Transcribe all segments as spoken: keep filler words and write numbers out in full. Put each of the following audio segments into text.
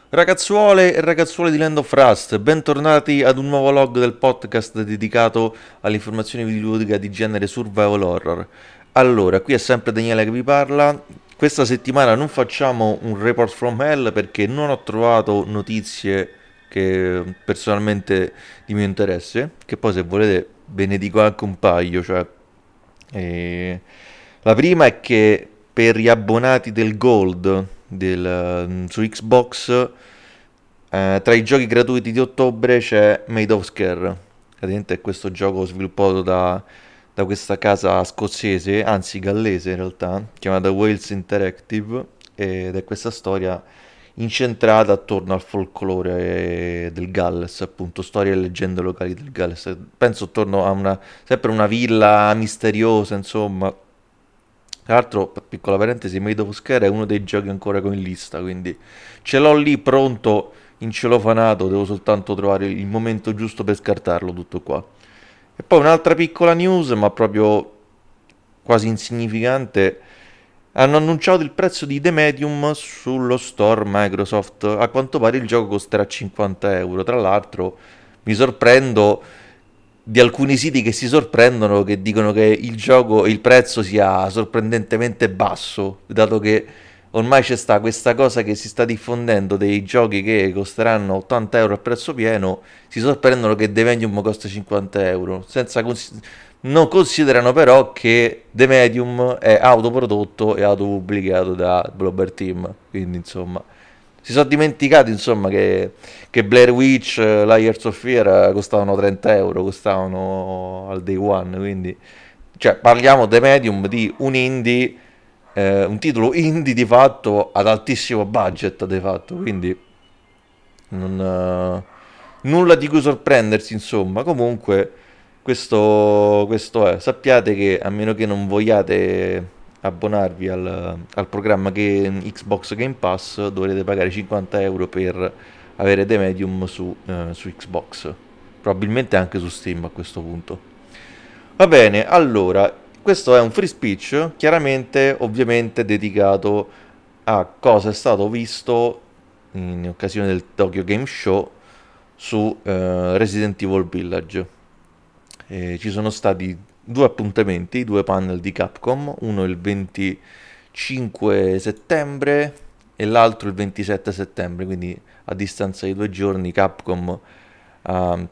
Ragazzuole e ragazzuole di Land of Rust, bentornati ad un nuovo log del podcast dedicato all'informazione videoludica di genere survival horror. Allora, qui è sempre Daniele che vi parla. Questa settimana non facciamo un report from hell perché non ho trovato notizie che personalmente di mio interesse, che poi se volete ve ne dico anche un paio, cioè eh, la prima è che per gli abbonati del Gold del, su Xbox, eh, tra i giochi gratuiti di ottobre c'è Made of Scare. Praticamente è questo gioco sviluppato da, da questa casa scozzese, anzi gallese in realtà, chiamata Wales Interactive, ed è questa storia incentrata attorno al folklore del Galles, appunto, storie e leggende locali del Galles. Penso attorno a una, sempre una villa misteriosa, insomma. Tra l'altro, piccola parentesi, Made of Scare è uno dei giochi ancora con in lista, quindi ce l'ho lì pronto, incelofanato, devo soltanto trovare il momento giusto per scartarlo, tutto qua. E poi un'altra piccola news, ma proprio quasi insignificante, hanno annunciato il prezzo di The Medium sullo store Microsoft. A quanto pare il gioco costerà cinquanta euro. Tra l'altro mi sorprendo di alcuni siti che si sorprendono, che dicono che il gioco, il prezzo sia sorprendentemente basso, dato che ormai c'è sta questa cosa che si sta diffondendo dei giochi che costeranno ottanta euro a prezzo pieno, si sorprendono che The Medium costa cinquanta euro, senza cons- non considerano però che The Medium è autoprodotto e autopubblicato da Blobber Team, quindi insomma si sono dimenticati insomma che, che Blair Witch, eh, Layers of Fear eh, costavano trenta euro, costavano al day one, quindi cioè parliamo The Medium di un indie, eh, un titolo indie di fatto ad altissimo budget di fatto, quindi non, eh, nulla di cui sorprendersi, insomma. Comunque, questo, questo è. Sappiate che a meno che non vogliate abbonarvi al, al programma che Xbox Game Pass, dovrete pagare cinquanta euro per avere The Medium su, eh, su Xbox. Probabilmente anche su Steam a questo punto. Va bene, allora, questo è un free speech, chiaramente, ovviamente dedicato a cosa è stato visto in occasione del Tokyo Game Show su eh, Resident Evil Village. Eh, ci sono stati due appuntamenti, due panel di Capcom, uno il venticinque settembre e l'altro il ventisette settembre, quindi a distanza di due giorni Capcom ha,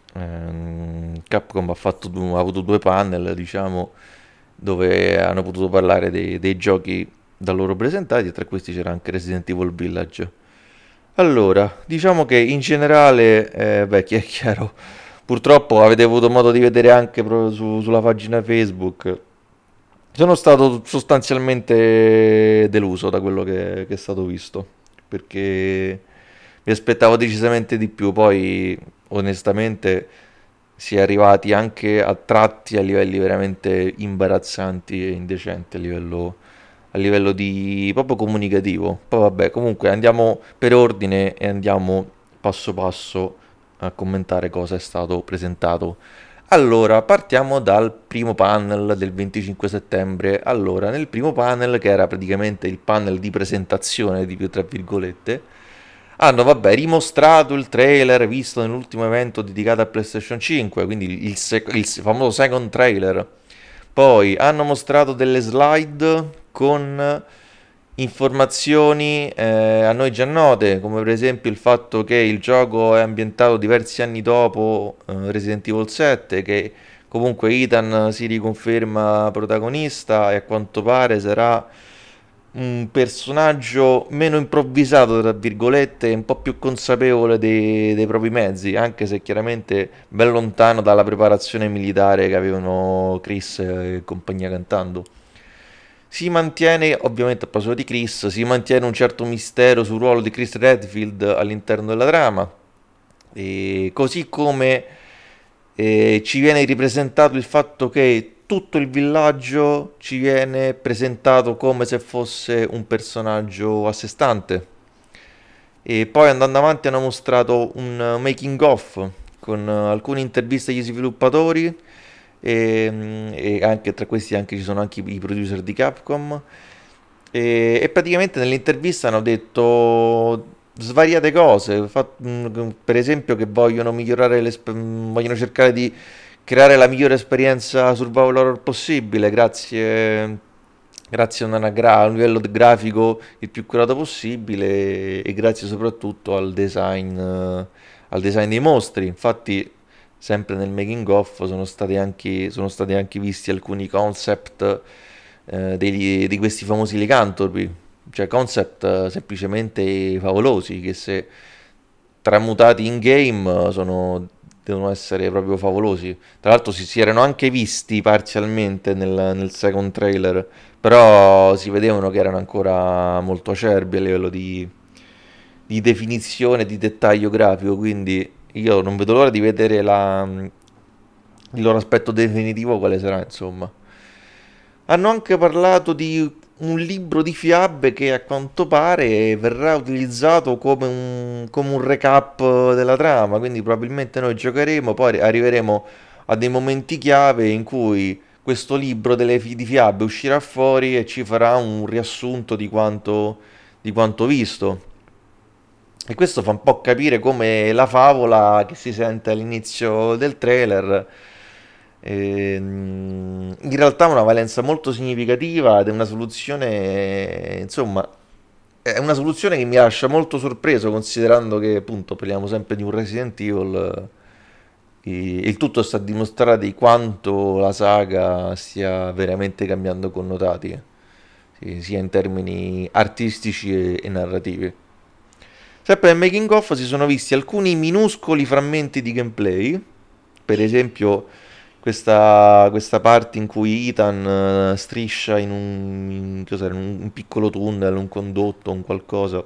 ehm, Capcom ha, fatto, du- ha avuto due panel, diciamo, dove hanno potuto parlare dei, dei giochi da loro presentati e tra questi c'era anche Resident Evil Village. Allora, diciamo che in generale, eh, beh, chi è chiaro, purtroppo avete avuto modo di vedere anche proprio su- sulla pagina Facebook. Sono stato sostanzialmente deluso da quello che, che è stato visto, perché mi aspettavo decisamente di più, poi onestamente si è arrivati anche a tratti a livelli veramente imbarazzanti e indecenti a livello, a livello di proprio comunicativo. Poi vabbè, comunque andiamo per ordine e andiamo passo passo a commentare cosa è stato presentato. Allora, partiamo dal primo panel del venticinque settembre. Allora, nel primo panel, che era praticamente il panel di presentazione di più tra virgolette, hanno, vabbè, rimostrato il trailer visto nell'ultimo evento dedicato a PlayStation cinque, quindi il, sec- il famoso second trailer. Poi hanno mostrato delle slide con informazioni eh, a noi già note, come per esempio il fatto che il gioco è ambientato diversi anni dopo eh, Resident Evil sette, che comunque Ethan si riconferma protagonista e a quanto pare sarà un personaggio meno improvvisato, tra virgolette, e un po' più consapevole dei, dei propri mezzi, anche se chiaramente ben lontano dalla preparazione militare che avevano Chris e compagnia cantando. Si mantiene, ovviamente a proposito di Chris, si mantiene un certo mistero sul ruolo di Chris Redfield all'interno della trama, e così come eh, ci viene ripresentato il fatto che tutto il villaggio ci viene presentato come se fosse un personaggio a sé stante. E poi andando avanti hanno mostrato un uh, making of con uh, alcune interviste agli sviluppatori e, mm, e anche tra questi anche ci sono anche i, i producer di Capcom e, e praticamente nell'intervista hanno detto svariate cose, fa- mh, per esempio che vogliono migliorare l'esp- mh, vogliono cercare di creare la migliore esperienza survival horror possibile grazie, grazie a, una gra- a un livello d- grafico il più curato possibile e grazie soprattutto al design, eh, al design dei mostri. Infatti, sempre nel making of sono stati anche, sono stati anche visti alcuni concept eh, dei- di questi famosi licantropi, cioè concept eh, semplicemente favolosi che se tramutati in game sono, devono essere proprio favolosi. Tra l'altro si, si erano anche visti parzialmente nel, nel second trailer, però si vedevano che erano ancora molto acerbi a livello di, di definizione, di dettaglio grafico, quindi io non vedo l'ora di vedere la, il loro aspetto definitivo quale sarà, insomma. Hanno anche parlato di un libro di fiabe che a quanto pare verrà utilizzato come un, come un recap della trama, quindi probabilmente noi giocheremo, poi arriveremo a dei momenti chiave in cui questo libro delle fi- di fiabe uscirà fuori e ci farà un riassunto di quanto, di quanto visto. E questo fa un po' capire come la favola che si sente all'inizio del trailer ehm, in realtà ha una valenza molto significativa ed è una soluzione, insomma, è una soluzione che mi lascia molto sorpreso considerando che appunto parliamo sempre di un Resident Evil. eh, Il tutto sta a dimostrare di quanto la saga stia veramente cambiando connotati, sì, sia in termini artistici e, e narrativi. Sempre nel making of si sono visti alcuni minuscoli frammenti di gameplay, per esempio questa, questa parte in cui Ethan eh, striscia in un, in- cos'era, in un piccolo tunnel, un condotto, un qualcosa,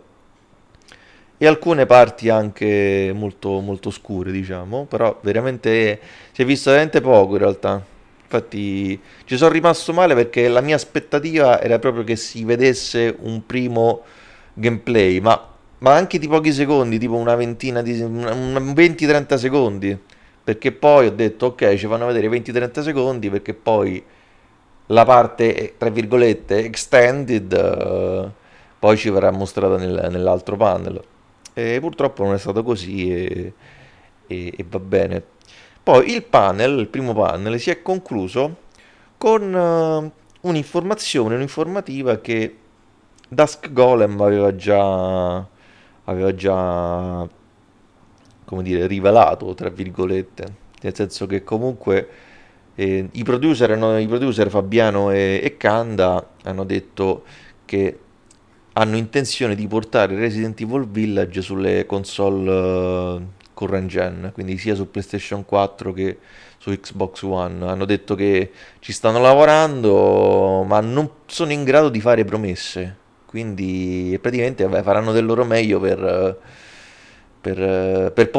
e alcune parti anche molto, molto scure, diciamo, però veramente si è visto veramente poco in realtà. Infatti ci sono rimasto male perché la mia aspettativa era proprio che si vedesse un primo gameplay, ma, ma anche di pochi secondi, tipo una ventina di un un venti trenta secondi, perché poi ho detto ok, ci fanno vedere venti trenta secondi perché poi la parte, eh, tra virgolette, extended, eh, poi ci verrà mostrata nel- nell'altro panel. E purtroppo non è stato così e, e- e va bene. Poi il panel, il primo panel, si è concluso con eh, un'informazione, un'informativa che Dusk Golem aveva già, aveva già, come dire, rivelato, tra virgolette. Nel senso che comunque eh, i producer, hanno- i producer Fabiano e, e Kanda hanno detto che hanno intenzione di portare Resident Evil Village sulle console eh, current gen, quindi sia su PlayStation quattro che su Xbox One. Hanno detto che ci stanno lavorando, ma non sono in grado di fare promesse. Quindi praticamente vabbè, faranno del loro meglio per, eh, per, eh, per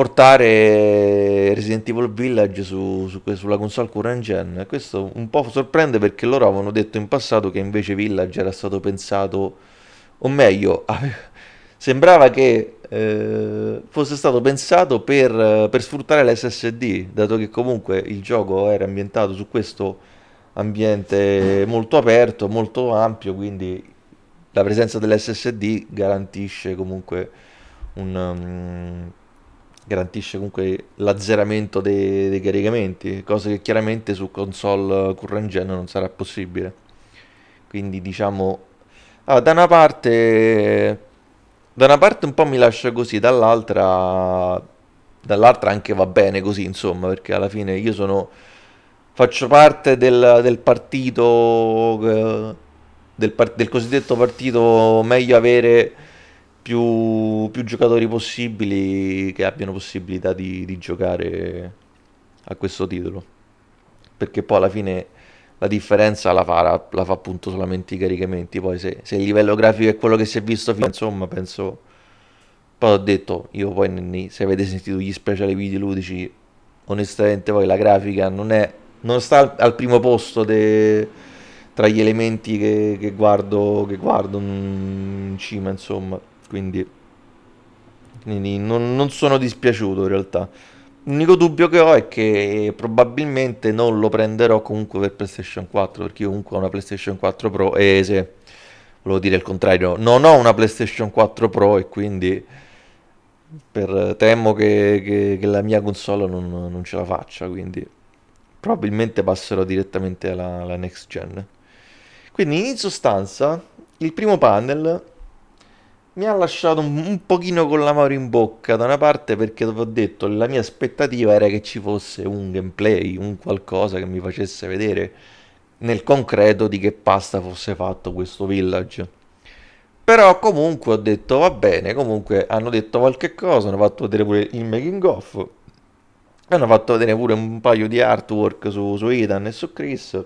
portare Resident Evil Village su, su que- sulla console current gen. Questo un po' sorprende perché loro avevano detto in passato che invece Village era stato pensato, o meglio, ave- sembrava che eh, fosse stato pensato per, eh, per sfruttare l'S S D, dato che comunque il gioco era ambientato su questo ambiente molto aperto, molto ampio, quindi la presenza dell'S S D garantisce comunque un, um, garantisce comunque l'azzeramento dei, dei caricamenti, cosa che chiaramente su console current gen non sarà possibile. Quindi diciamo, ah, da una parte, da una parte un po' mi lascia così, dall'altra, dall'altra anche va bene così, insomma, perché alla fine io sono, faccio parte del, del partito, eh, del, par- del cosiddetto partito meglio avere più, più giocatori possibili che abbiano possibilità di, di giocare a questo titolo. Perché poi alla fine la differenza la fa, la fa appunto solamente i caricamenti. Poi se, se il livello grafico è quello che si è visto fino, insomma, penso. Poi ho detto, io poi nei- se avete sentito gli speciali video ludici, onestamente poi la grafica non è, non sta al, al primo posto de- tra gli elementi che, che guardo, che guardo in cima, insomma. Quindi, quindi non, non sono dispiaciuto in realtà. L'unico dubbio che ho è che probabilmente non lo prenderò comunque per PlayStation quattro, perché io comunque ho una PlayStation quattro Pro e se, volevo dire il contrario, non ho una PlayStation quattro Pro e quindi per, temo che, che- che la mia console non, non ce la faccia, quindi probabilmente passerò direttamente alla, alla next gen. Quindi in sostanza il primo panel mi ha lasciato un, un pochino con l'amaro in bocca, da una parte perché dove ho detto la mia aspettativa era che ci fosse un gameplay, un qualcosa che mi facesse vedere nel concreto di che pasta fosse fatto questo village. Però comunque ho detto va bene, comunque hanno detto qualche cosa, hanno fatto vedere pure il making of, hanno fatto vedere pure un paio di artwork su, su Ethan e su Chris,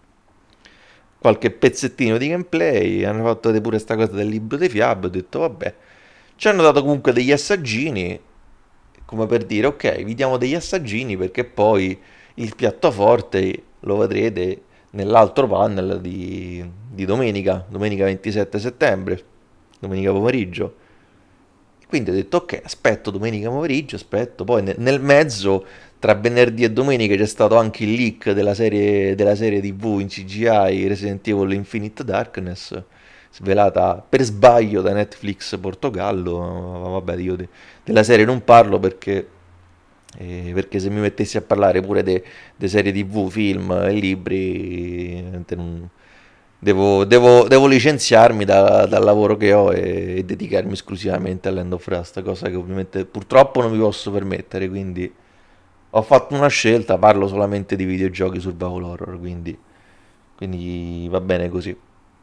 qualche pezzettino di gameplay, hanno fatto vedere pure sta cosa del libro dei fiabe, ho detto vabbè. Ci hanno dato comunque degli assaggini, come per dire ok, vi diamo degli assaggini perché poi il piatto forte lo vedrete nell'altro panel di, di domenica, domenica ventisette settembre, domenica pomeriggio. Quindi ho detto ok, aspetto domenica pomeriggio, aspetto, poi ne- nel mezzo tra venerdì e domenica c'è stato anche il leak della serie, della serie T V in C G I Resident Evil Infinite Darkness, svelata per sbaglio da Netflix Portogallo. Ma vabbè, io de- della serie non parlo perché, eh, perché se mi mettessi a parlare pure di serie T V, film e libri, veramente non- devo, devo- devo licenziarmi da- dal lavoro che ho e, e dedicarmi esclusivamente all'End of Rust, cosa che ovviamente purtroppo non mi posso permettere, quindi ho fatto una scelta, parlo solamente di videogiochi survival horror, quindi, quindi va bene così.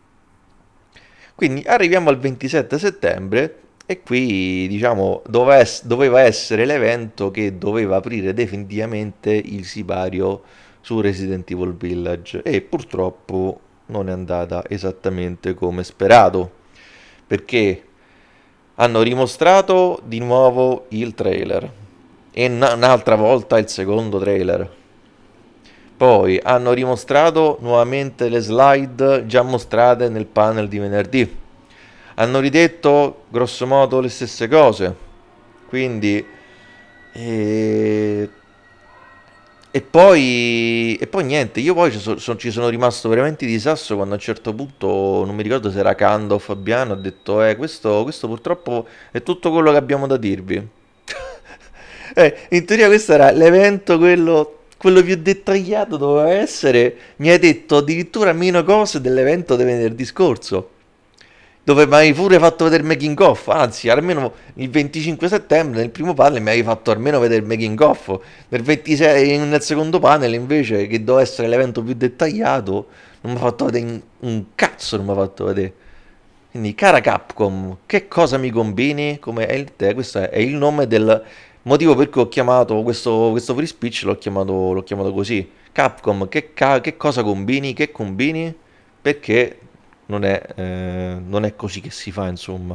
Quindi arriviamo al ventisette settembre e qui diciamo dove es- doveva essere l'evento che doveva aprire definitivamente il sipario su Resident Evil Village e purtroppo non è andata esattamente come sperato perché hanno rimostrato di nuovo il trailer e n- un'altra volta il secondo trailer. Poi hanno rimostrato nuovamente le slide già mostrate nel panel di venerdì. Hanno ridetto grosso modo le stesse cose. Quindi e, e poi e poi niente, io poi ci, so- so- ci sono rimasto veramente di sasso quando a un certo punto, non mi ricordo se era Cando o Fabiano, ha detto eh, questo, questo purtroppo è tutto quello che abbiamo da dirvi. Eh, in teoria questo era l'evento, quello, quello più dettagliato doveva essere. Mi hai detto addirittura meno cose dell'evento di venerdì scorso. Dove mi hai pure fatto vedere il making of. Anzi, almeno il venticinque settembre nel primo panel mi hai fatto almeno vedere il making of. Nel ventisei, nel secondo panel invece, che doveva essere l'evento più dettagliato, non mi ha fatto vedere un, un cazzo, non mi ha fatto vedere. Quindi, cara Capcom, che cosa mi combini? Come è il, te, questo è, è il nome del motivo per cui ho chiamato questo, questo free speech, l'ho chiamato, l'ho chiamato così. Capcom, che, ca- che cosa combini? Che combini? Perché non è, eh, non è così che si fa, insomma.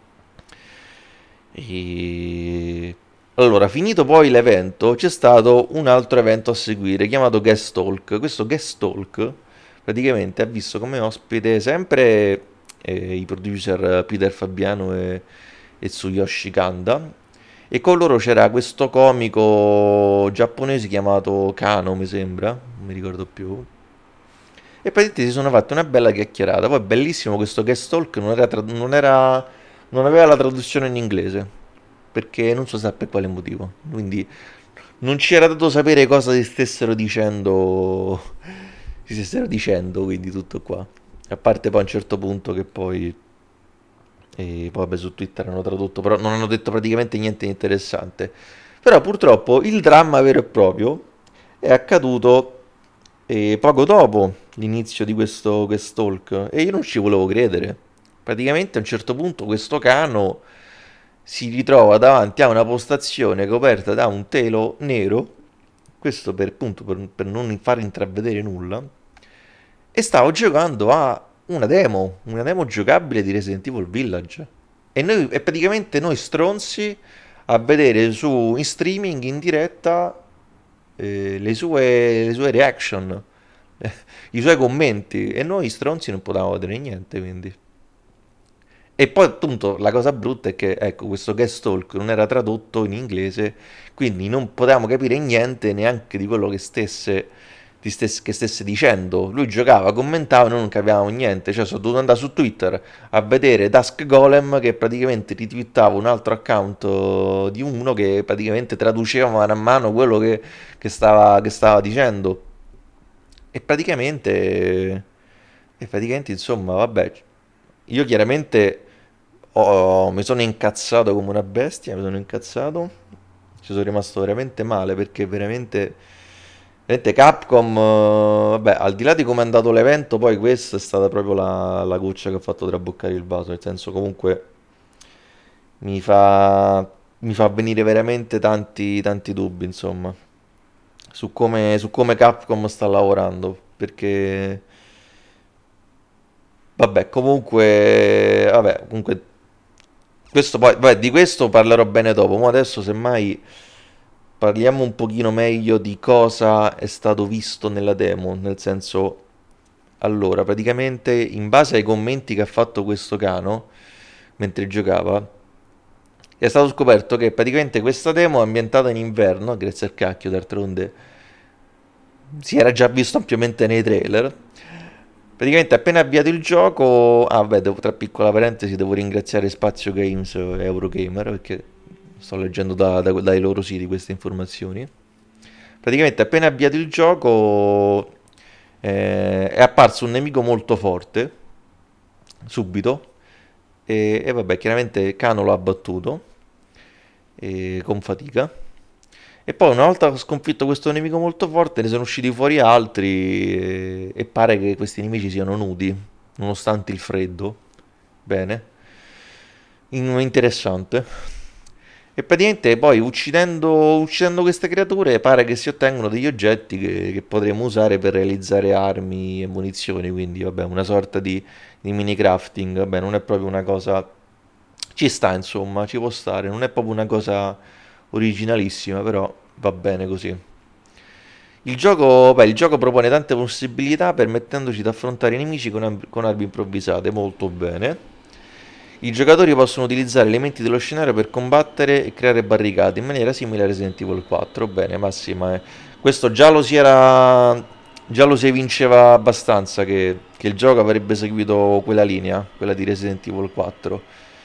E... Allora, finito poi l'evento, c'è stato un altro evento a seguire chiamato Guest Talk. Questo Guest Talk praticamente ha visto come ospite sempre eh, i producer Peter Fabiano e, e Tsuyoshi Kanda. E con loro c'era questo comico giapponese chiamato Kano, mi sembra, non mi ricordo più. E praticamente si sono fatti una bella chiacchierata. Poi è bellissimo questo guest talk, non era, trad- non era- non aveva la traduzione in inglese, perché non so se per quale motivo. Quindi non ci era dato sapere cosa si stessero dicendo, si stessero dicendo, quindi tutto qua. A parte poi a un certo punto che poi, e poi vabbè, su Twitter hanno tradotto, però non hanno detto praticamente niente di interessante. Però purtroppo il dramma vero e proprio è accaduto e poco dopo l'inizio di questo quest talk e io non ci volevo credere. Praticamente a un certo punto questo cano si ritrova davanti a una postazione coperta da un telo nero, questo per, appunto, per, per non far intravedere nulla, e stavo giocando a una demo, una demo giocabile di Resident Evil Village. E, noi, e praticamente noi stronzi a vedere su in streaming in diretta eh, le sue, le sue reaction, eh, i suoi commenti e noi stronzi non potevamo vedere niente quindi. E poi appunto la cosa brutta è che ecco questo guest talk non era tradotto in inglese quindi non potevamo capire niente neanche di quello che stesse di stess- che stesse dicendo. Lui giocava, commentava, noi non capivamo niente. Cioè, sono dovuto andare su Twitter a vedere Dusk Golem che praticamente ritwittava un altro account eh, di uno che praticamente traduceva mano a mano quello che, che stava, che stava dicendo. E praticamente, e praticamente, insomma, vabbè, io chiaramente ho- mi sono incazzato come una bestia, mi sono incazzato, ci sono rimasto veramente male perché veramente, veramente Capcom, eh, vabbè, al di là di come è andato l'evento, poi questa è stata proprio la, la goccia che ha fatto traboccare il vaso, nel senso comunque mi fa, mi fa venire veramente tanti, tanti dubbi, insomma, su come, su come Capcom sta lavorando, perché vabbè, comunque, vabbè, comunque questo poi, vabbè, di questo parlerò bene dopo, ma adesso semmai parliamo un pochino meglio di cosa è stato visto nella demo, nel senso, allora, praticamente in base ai commenti che ha fatto questo Cano mentre giocava, è stato scoperto che praticamente questa demo è ambientata in inverno, grazie al cacchio, d'altronde si era già visto ampiamente nei trailer. Praticamente appena avviato il gioco, ah beh, devo- tra piccola parentesi, devo ringraziare Spazio Games e Eurogamer perché sto leggendo da- da- dai loro siti queste informazioni. Praticamente appena avviato il gioco eh, è apparso un nemico molto forte, subito, e, e vabbè, chiaramente Kano l'ha battuto e- con fatica. E poi una volta sconfitto questo nemico molto forte ne sono usciti fuori altri e, e pare che questi nemici siano nudi, nonostante il freddo. Bene. In- interessante. E praticamente poi uccidendo, uccidendo queste creature pare che si ottengono degli oggetti che, che potremo usare per realizzare armi e munizioni, quindi vabbè, una sorta di, di mini crafting, vabbè, non è proprio una cosa... Ci sta, insomma, ci può stare, non è proprio una cosa originalissima, però va bene così. Il gioco, beh, il gioco propone tante possibilità permettendoci di affrontare i nemici con, ab- con armi improvvisate, molto bene. I giocatori possono utilizzare elementi dello scenario per combattere e creare barricate in maniera simile a Resident Evil quattro. Bene, massima. eh. Questo già lo si era. Già lo si evinceva abbastanza che, che il gioco avrebbe seguito quella linea, quella di Resident Evil quattro.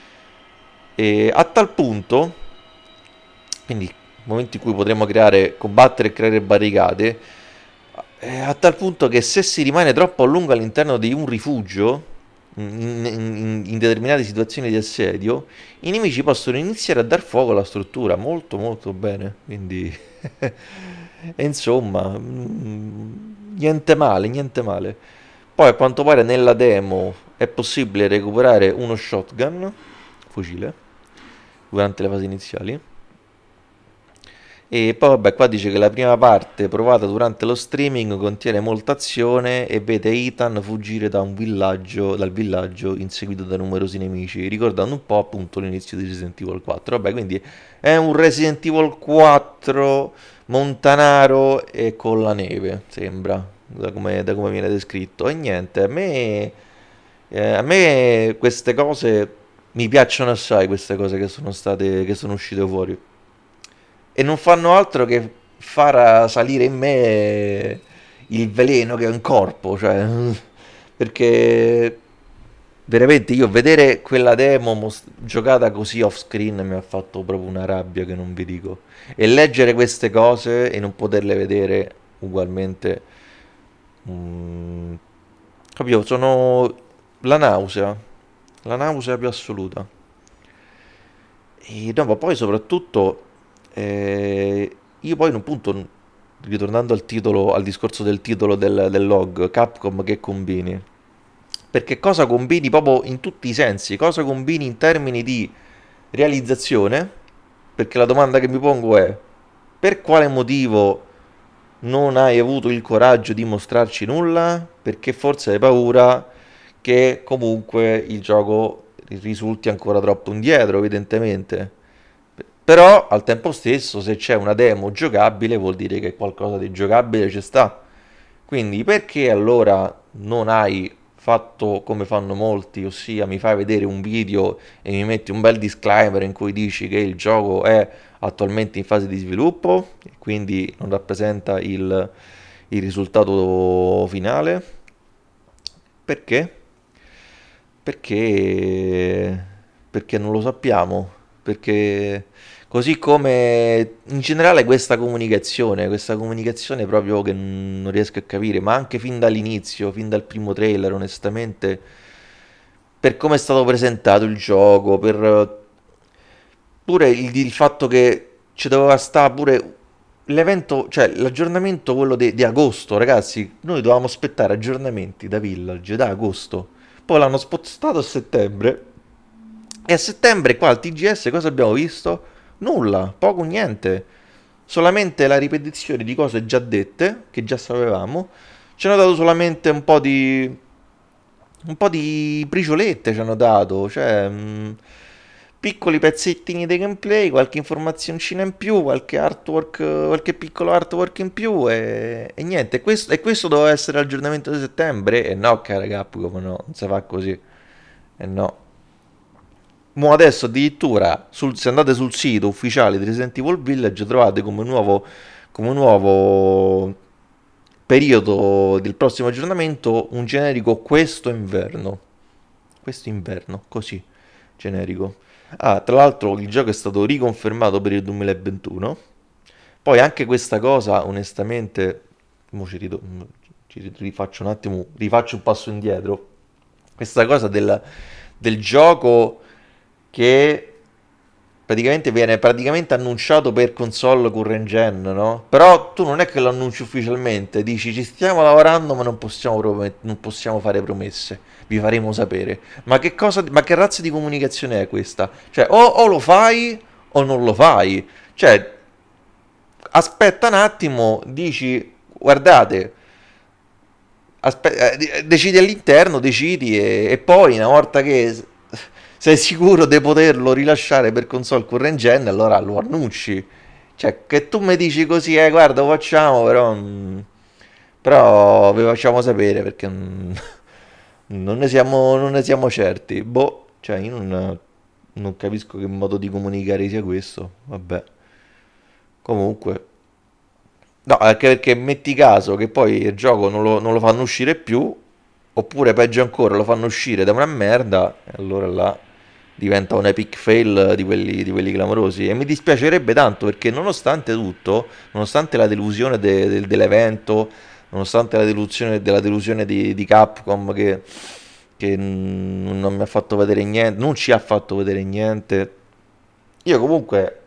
E a tal punto, quindi nel momento in cui potremo creare, combattere e creare barricate, eh, a tal punto che se si rimane troppo a lungo all'interno di un rifugio, in, in- in determinate situazioni di assedio, i nemici possono iniziare a dar fuoco alla struttura molto molto bene. Quindi, e insomma, mm, niente male, niente male. Poi a quanto pare nella demo è possibile recuperare uno shotgun, fucile, durante le fasi iniziali. E poi vabbè, qua dice che la prima parte provata durante lo streaming contiene molta azione e vede Ethan fuggire da un villaggio, dal villaggio inseguito da numerosi nemici, ricordando un po' appunto l'inizio di Resident Evil quattro. Vabbè, quindi è un Resident Evil quattro montanaro e con la neve, sembra, da come, da come viene descritto. E niente, a me, eh, a me queste cose mi piacciono assai, queste cose che sono state, che sono uscite fuori e non fanno altro che far salire in me il veleno che ho in corpo, cioè, perché veramente io vedere quella demo mos- giocata così off screen mi ha fatto proprio una rabbia che non vi dico. E leggere queste cose e non poterle vedere ugualmente, mm, proprio sono la nausea, la nausea più assoluta. E dopo poi soprattutto eh, io poi in un punto, ritornando al titolo, al discorso del titolo del, del log, Capcom che combini? Perché cosa combini proprio in tutti i sensi? Cosa combini in termini di realizzazione? Perché la domanda che mi pongo è: per quale motivo non hai avuto il coraggio di mostrarci nulla? Perché forse hai paura che comunque il gioco risulti ancora troppo indietro, evidentemente. Però al tempo stesso, se c'è una demo giocabile, vuol dire che qualcosa di giocabile ci sta. Quindi perché allora non hai fatto come fanno molti, ossia mi fai vedere un video e mi metti un bel disclaimer in cui dici che il gioco è attualmente in fase di sviluppo e quindi non rappresenta il, il risultato finale. Perché? Perché, perché non lo sappiamo, perché così come in generale questa comunicazione, questa comunicazione proprio che non riesco a capire, ma anche fin dall'inizio, fin dal primo trailer, onestamente, per come è stato presentato il gioco, per pure il, il fatto che ci doveva stare pure l'evento, cioè l'aggiornamento quello de- di agosto, ragazzi, noi dovevamo aspettare aggiornamenti da Village da agosto, poi l'hanno spostato a settembre e a settembre qua al T G S cosa abbiamo visto? Nulla, poco niente, solamente la ripetizione di cose già dette, che già sapevamo, ci hanno dato solamente un po' di un po' di briciolette ci hanno dato, cioè mh, piccoli pezzettini di gameplay, qualche informazioncina in più, qualche artwork, eh, qualche piccolo artwork in più e, e niente. E questo, e questo doveva essere l'aggiornamento di settembre? E no, cara Capcom, no, non si fa così. E no. Mo adesso addirittura sul- se andate sul sito ufficiale di Resident Evil Village trovate come nuovo, come nuovo periodo del prossimo aggiornamento un generico questo inverno. Questo inverno, così, generico. Ah, tra l'altro il gioco è stato riconfermato per il duemilaventuno. Poi anche questa cosa, onestamente, mo ci, rido- ci rifaccio un attimo, rifaccio un passo indietro. Questa cosa del, del gioco che praticamente viene praticamente annunciato per console current gen, no? Però tu non è che lo annunci ufficialmente, dici ci stiamo lavorando ma non possiamo, promet- non possiamo fare promesse, vi faremo sapere. Ma che cosa, ma che razza di comunicazione è questa? Cioè o, o lo fai o non lo fai. Cioè aspetta un attimo, dici guardate, aspe- eh, decidi all'interno, decidi e, e poi una volta che s- sei sicuro di poterlo rilasciare per console current gen, allora lo annunci. Cioè, che tu mi dici così, eh, guarda, lo facciamo, però, mm, però vi facciamo sapere perché mm, non ne siamo, non ne siamo certi. Boh, cioè, io non, non capisco che modo di comunicare sia questo. Vabbè, comunque. No, anche perché metti caso che poi il gioco non lo, non lo fanno uscire più, oppure peggio ancora lo fanno uscire da una merda, e allora là diventa un epic fail di quelli, di quelli clamorosi. E mi dispiacerebbe tanto perché nonostante tutto, nonostante la delusione de- del- dell'evento, nonostante la delusione, della delusione di, di Capcom che, che mm, non mi ha fatto vedere niente, non ci ha fatto vedere niente, io comunque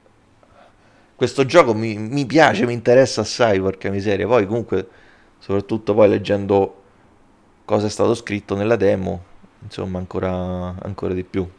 questo gioco mi, mi piace, mi interessa assai, porca miseria. Poi comunque, soprattutto poi leggendo cosa è stato scritto nella demo, insomma, ancora, ancora di più.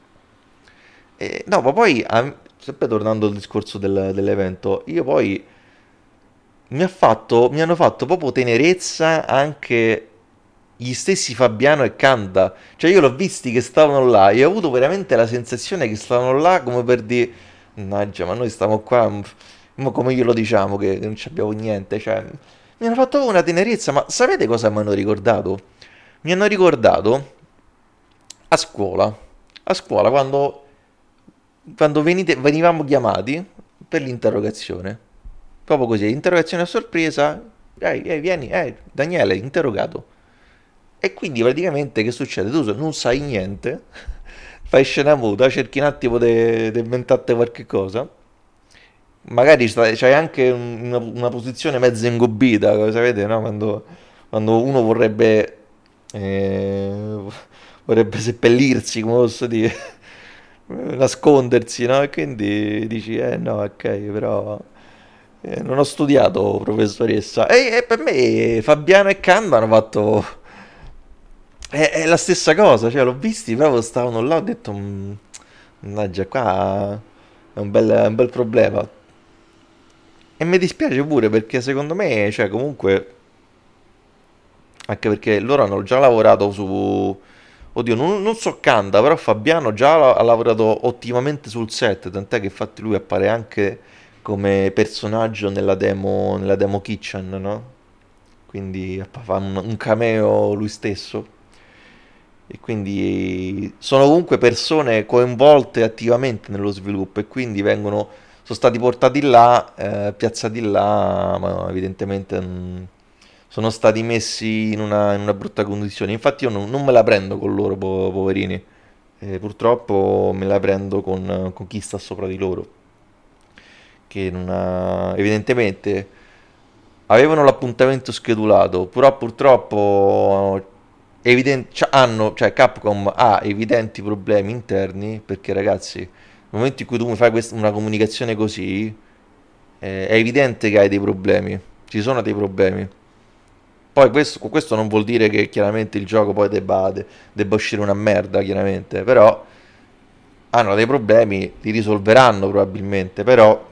E, no, ma poi, a- sempre tornando al discorso del- dell'evento, io poi mi ha fatto, mi hanno fatto proprio tenerezza anche gli stessi Fabiano e Kanda. Cioè io l'ho visti che stavano là e ho avuto veramente la sensazione che stavano là come per dire, mannaggia, ma noi stiamo qua, m- mo come glielo diciamo che non ci abbiamo niente. Cioè, mi hanno fatto proprio una tenerezza, ma sapete cosa mi hanno ricordato? Mi hanno ricordato a scuola, a scuola quando, quando venite- venivamo chiamati per l'interrogazione. Proprio così, interrogazione a sorpresa. Ehi, ehi, vieni, eh, Daniele, interrogato. E quindi praticamente che succede? Tu non sai niente, fai scena muta, cerchi un attimo di inventarti qualche cosa, magari sta- c'hai anche un- una, una posizione mezza ingobbita, come sapete, no? Quando, quando uno vorrebbe, eh, vorrebbe seppellirsi, come posso dire, nascondersi, no? E quindi dici, eh no, ok, però eh, non ho studiato, professoressa. E, e per me Fabiano e Canva hanno fatto è, è la stessa cosa, cioè l'ho visti, proprio stavano là, ho detto, "Mm, mannaggia, qua è un bel, è un bel problema. E mi dispiace pure perché secondo me, cioè comunque, anche perché loro hanno già lavorato su... Oddio, non, non so Kanda, però Fabiano già la- ha lavorato ottimamente sul set, tant'è che infatti lui appare anche come personaggio nella demo, nella demo Kitchen, no? Quindi fa un, un cameo lui stesso. E quindi sono comunque persone coinvolte attivamente nello sviluppo e quindi vengono sono stati portati là, eh, piazzati là, ma evidentemente mm, sono stati messi in una, in una brutta condizione. Infatti io non, non me la prendo con loro, po- poverini. Eh, purtroppo me la prendo con, con chi sta sopra di loro, che non ha- evidentemente avevano l'appuntamento schedulato, però purtroppo eviden- c'ha- hanno, cioè Capcom ha evidenti problemi interni, perché ragazzi, nel momento in cui tu mi fai quest- una comunicazione così, eh, è evidente che hai dei problemi, ci sono dei problemi. Poi questo, questo non vuol dire che chiaramente il gioco poi debba, de- debba uscire una merda, chiaramente, però hanno dei problemi, li risolveranno probabilmente, però,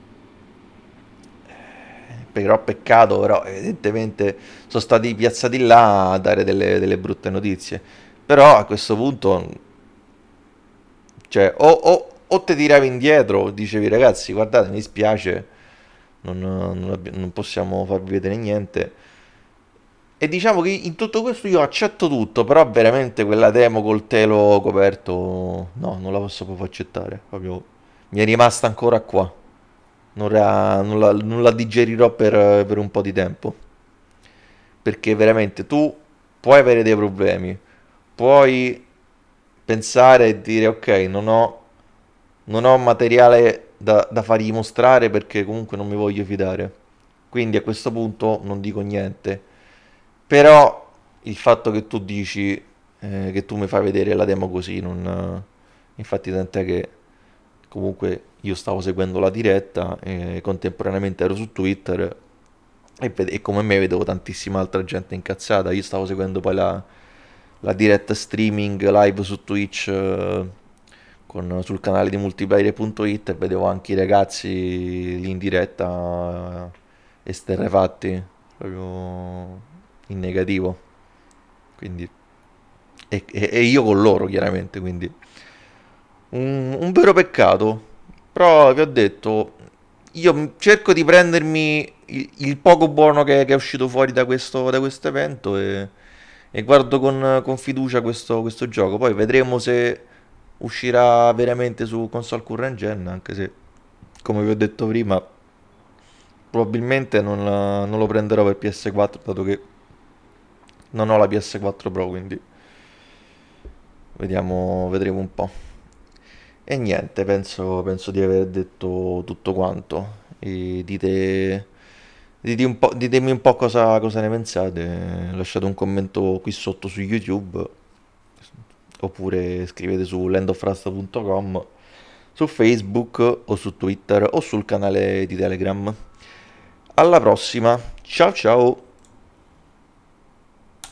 però peccato, però evidentemente sono stati piazzati là a dare delle, delle brutte notizie. Però a questo punto, cioè, o, o, o te tiravi indietro, dicevi ragazzi, guardate, mi dispiace, non, non abbi- non possiamo farvi vedere niente. E diciamo che in tutto questo io accetto tutto, però veramente quella demo col telo coperto, no, non la posso proprio accettare. Proprio mi è rimasta ancora qua. Non la, non la- non la digerirò per, per un po' di tempo. Perché veramente tu puoi avere dei problemi, puoi pensare e dire ok, non ho, non ho materiale da, da fargli mostrare perché comunque non mi voglio fidare. Quindi a questo punto non dico niente. Però il fatto che tu dici eh, che tu mi fai vedere la demo così, non... infatti tant'è che comunque io stavo seguendo la diretta e contemporaneamente ero su Twitter e, ved- e come me vedevo tantissima altra gente incazzata. Io stavo seguendo poi la, la diretta streaming live su Twitch eh, con- sul canale di multiplayer punto it e vedevo anche i ragazzi lì in diretta eh, esterrefatti, proprio in negativo. Quindi, e, e- e io con loro chiaramente, quindi un, un vero peccato. Però vi ho detto, io m- cerco di prendermi il, il poco buono che, che è uscito fuori da questo, da questo evento e, e guardo con, con fiducia questo, questo gioco. Poi vedremo se uscirà veramente su console current gen, anche se, come vi ho detto prima, probabilmente non, la- non lo prenderò per P S quattro, dato che non ho la P S quattro Pro, quindi vediamo, vedremo un po'. E niente, penso, penso di aver detto tutto quanto. E dite, dite un po', ditemi un po' cosa, cosa ne pensate. Lasciate un commento qui sotto su YouTube oppure scrivete su landofrust punto com, su Facebook o su Twitter o sul canale di Telegram. Alla prossima, ciao ciao!